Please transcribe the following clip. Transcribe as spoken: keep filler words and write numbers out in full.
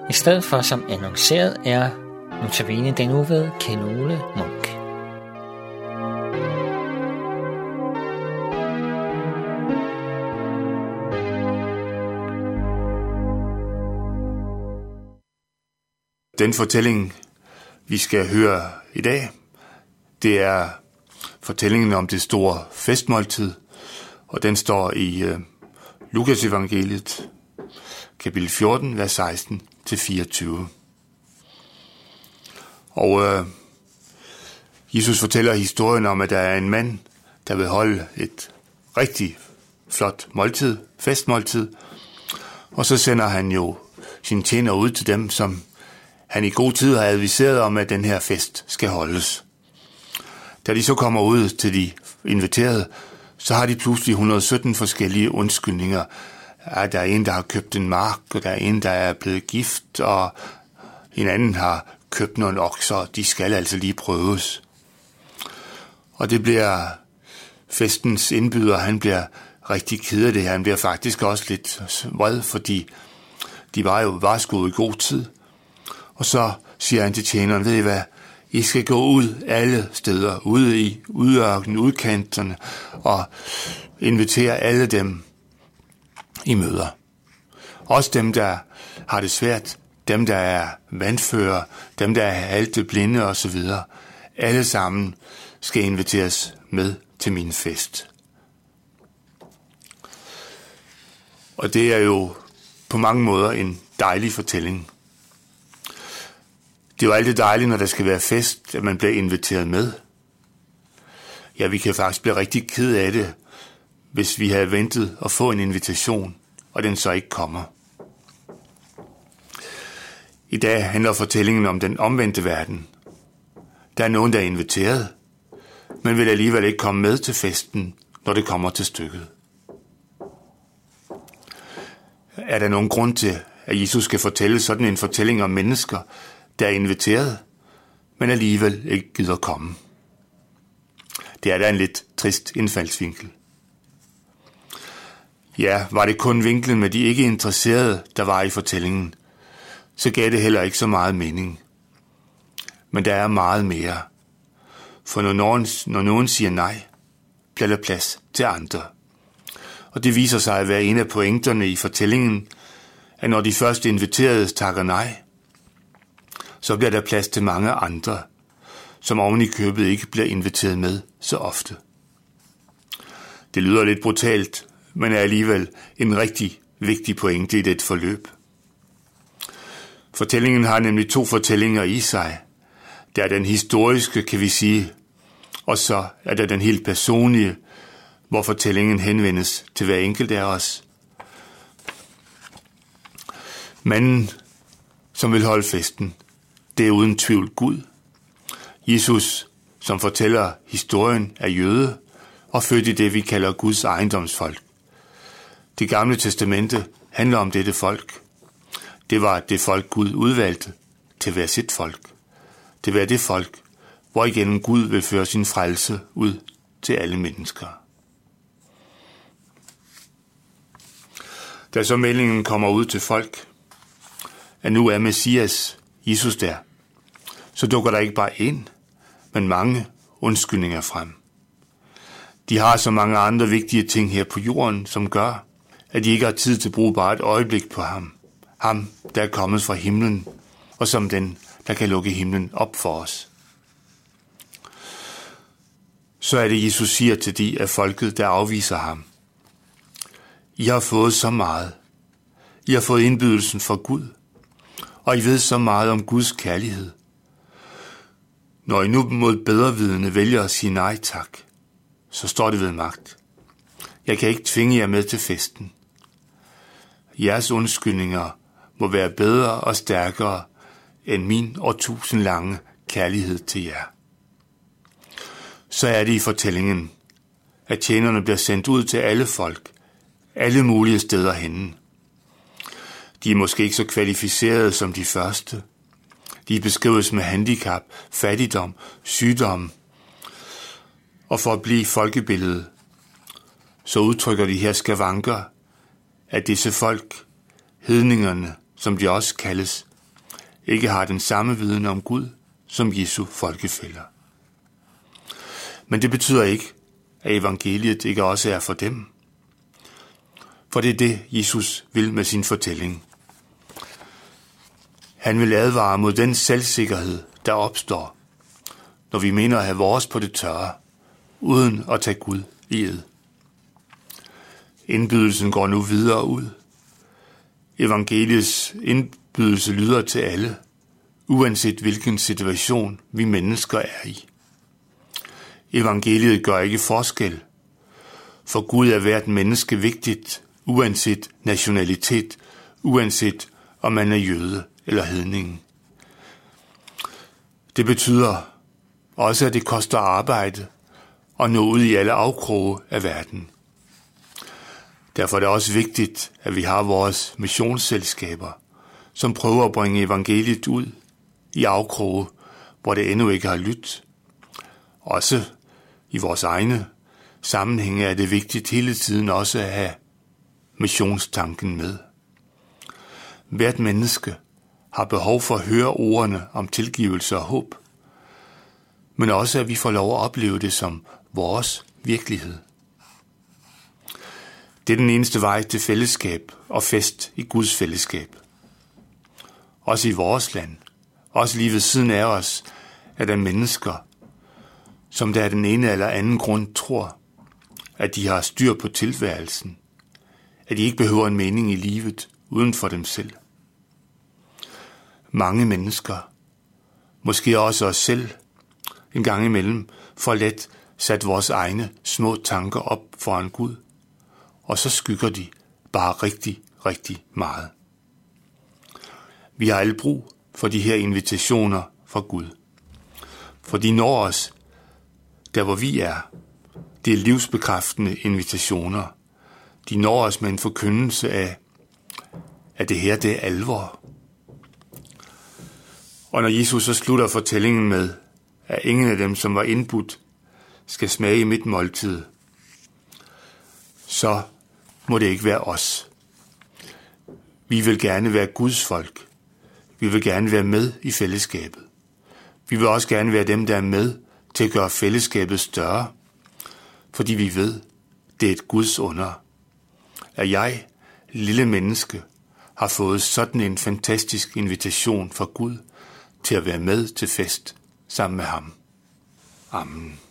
I stedet for som annonceret er notabene den uge ved Kjeld Ole Munk. Den fortælling, vi skal høre i dag, det er fortællingen om det store festmåltid, og den står i uh, Lukas evangeliet, kapitel fjorten, vers seksten til fireogtyve. Og uh, Jesus fortæller historien om, at der er en mand, der vil holde et rigtig flot måltid, festmåltid, og så sender han jo sine tjenere ud til dem, som han i god tid har adviseret om, at den her fest skal holdes. Da de så kommer ud til de inviterede, så har de pludselig et hundrede og sytten forskellige undskyldninger. Ja, der er en, der har købt en mark, og der er en, der er blevet gift, og en anden har købt nogle okser, de skal altså lige prøves. Og det bliver festens indbyder, han bliver rigtig ked af det her. Han bliver faktisk også lidt vred, fordi de var jo var sgu i god tid. Og så siger han til tjeneren, ved I hvad, I skal gå ud alle steder, ude i udørkenen, udkanterne, og invitere alle dem, I møder. Også dem, der har det svært, dem, der er vandfører, dem, der er halte, blinde osv. Alle sammen skal inviteres med til min fest. Og det er jo på mange måder en dejlig fortælling. Det er jo altid dejligt, når der skal være fest, at man bliver inviteret med. Ja, vi kan faktisk blive rigtig ked af det, hvis vi havde ventet at få en invitation, og den så ikke kommer. I dag handler fortællingen om den omvendte verden. Der er nogen, der er inviteret, men vil alligevel ikke komme med til festen, når det kommer til stykket. Er der nogen grund til, at Jesus skal fortælle sådan en fortælling om mennesker, der er inviteret, men alligevel ikke gider komme? Det er da en lidt trist indfaldsvinkel. Ja, var det kun vinklen med de ikke interesserede, der var i fortællingen, så gav det heller ikke så meget mening. Men der er meget mere. For når nogen, når nogen siger nej, bliver der plads til andre. Og det viser sig at være en af pointerne i fortællingen, at når de første inviterede takker nej, så bliver der plads til mange andre, som oven i købet ikke bliver inviteret med så ofte. Det lyder lidt brutalt, men er alligevel en rigtig vigtig pointe i det forløb. Fortællingen har nemlig to fortællinger i sig. Der er den historiske, kan vi sige, og så er der den helt personlige, hvor fortællingen henvendes til hver enkelt af os. Manden, som vil holde festen, det er uden tvivl Gud. Jesus, som fortæller historien, er jøde og født i det, vi kalder Guds ejendomsfolk. Det gamle testamente handler om dette folk. Det var det folk, Gud udvalgte til at være sit folk. Det var det folk, hvor igennem Gud vil føre sin frelse ud til alle mennesker. Da så meldingen kommer ud til folk, at nu er Messias, Jesus der, så dukker der ikke bare en, men mange undskyldninger frem. De har så mange andre vigtige ting her på jorden, som gør, at de ikke har tid til at bruge bare et øjeblik på ham. Ham, der er kommet fra himlen, og som den, der kan lukke himlen op for os. Så er det, Jesus siger til de af folket, der afviser ham. I har fået så meget. I har fået indbydelsen fra Gud, og I ved så meget om Guds kærlighed. Når I nu mod bedrevidende vælger at sige nej tak, så står det ved magt. Jeg kan ikke tvinge jer med til festen. Jeres undskyldninger må være bedre og stærkere end min årtusind lange kærlighed til jer. Så er det i fortællingen, at tjenerne bliver sendt ud til alle folk, alle mulige steder henne. De er måske ikke så kvalificerede som de første. De beskrives med handicap, fattigdom, sygdom. Og for at blive folkebilledet, så udtrykker de her skavanker, at disse folk, hedningerne, som de også kaldes, ikke har den samme viden om Gud som Jesu folkefæller. Men det betyder ikke, at evangeliet ikke også er for dem. For det er det, Jesus vil med sin fortælling. Han vil advare mod den selvsikkerhed, der opstår, når vi mener at have vores på det tørre, uden at tage Gud i ed. Indbydelsen går nu videre ud. Evangeliets indbydelse lyder til alle, uanset hvilken situation vi mennesker er i. Evangeliet gør ikke forskel, for Gud er hvert menneske vigtigt, uanset nationalitet, uanset om man er jøde eller hedning. Det betyder også, at det koster arbejde at nå ud i alle afkroge af verden. Derfor er det også vigtigt, at vi har vores missionsselskaber, som prøver at bringe evangeliet ud i afkroge, hvor det endnu ikke har lyttet. Også i vores egne sammenhænge er det vigtigt hele tiden også at have missionstanken med. Hvert menneske har behov for at høre ordene om tilgivelse og håb, men også at vi får lov at opleve det som vores virkelighed. Det er den eneste vej til fællesskab og fest i Guds fællesskab. Også i vores land, også lige ved siden af os, er der mennesker, som der af den ene eller anden grund tror, at de har styr på tilværelsen, at de ikke behøver en mening i livet uden for dem selv. Mange mennesker, måske også os selv, en gang imellem får let sat vores egne små tanker op foran Gud, og så skygger de bare rigtig, rigtig meget. Vi har alle brug for de her invitationer fra Gud, for de når os der, hvor vi er. Det er livsbekræftende invitationer. De når os med en forkyndelse af, at det her, det er alvor. Og når Jesus så slutter fortællingen med, at ingen af dem, som var indbudt, skal smage i mit måltid, så må det ikke være os. Vi vil gerne være Guds folk. Vi vil gerne være med i fællesskabet. Vi vil også gerne være dem, der er med til at gøre fællesskabet større, fordi vi ved, det er et Guds under. At jeg, lille menneske, har fået sådan en fantastisk invitation fra Gud til at være med til fest sammen med ham. Amen.